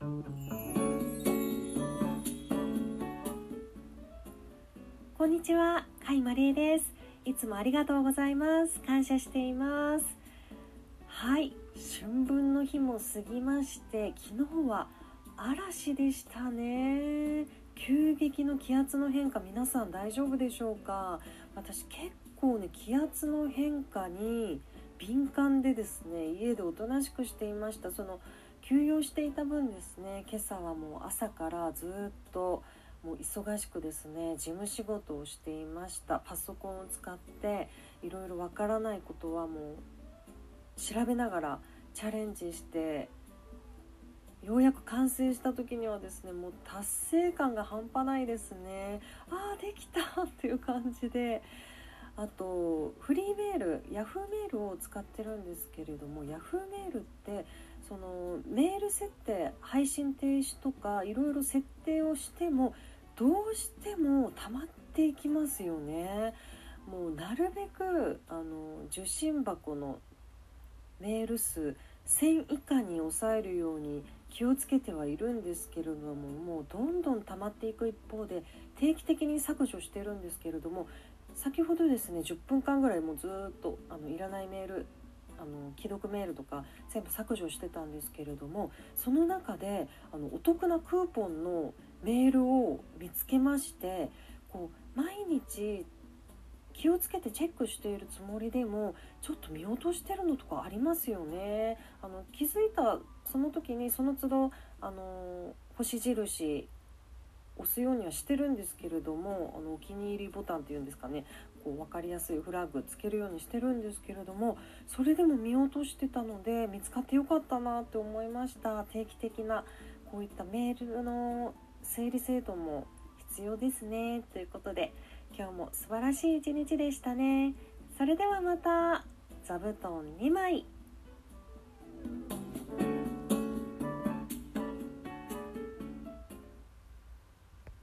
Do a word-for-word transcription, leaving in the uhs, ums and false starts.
こんにちは、甲斐まりえです。いつもありがとうございます。感謝しています。はい、春分の日も過ぎまして、昨日は嵐でしたね。急激の気圧の変化、皆さん大丈夫でしょうか？私結構ね、気圧の変化に敏感でですね、家でおとなしくしていました。その休養していた分ですね、今朝はもう朝からずっともう忙しくですね、事務仕事をしていました。パソコンを使っていろいろわからないことはもう調べながらチャレンジして、ようやく完成した時にはですね、もう達成感が半端ないですね。あーできたっていう感じで、あとフリーメール、ヤフーメールを使ってるんですけれども、ヤフーメールってそのメール設定、配信停止とかいろいろ設定をしてもどうしても溜まっていきますよね。もうなるべくあの受信箱のメール数せん以下に抑えるように気をつけてはいるんですけれども、もうどんどん溜まっていく一方で定期的に削除してるんですけれども、先ほどですねじゅっぷんかんぐらいもうずっとあのいらないメール、あの既読メールとか全部削除してたんですけれども、その中であのお得なクーポンのメールを見つけまして、こう毎日気をつけてチェックしているつもりでもちょっと見落としてるのとかありますよね。あの気づいたその時にその都度あの星印押すようにはしてるんですけれども、あのお気に入りボタンっていうんですかね、こう分かりやすいフラッグつけるようにしてるんですけれども、それでも見落としてたので見つかってよかったなって思いました。定期的なこういったメールの整理整頓も必要ですねということで、今日も素晴らしい一日でしたね。それではまた。座布団にまい。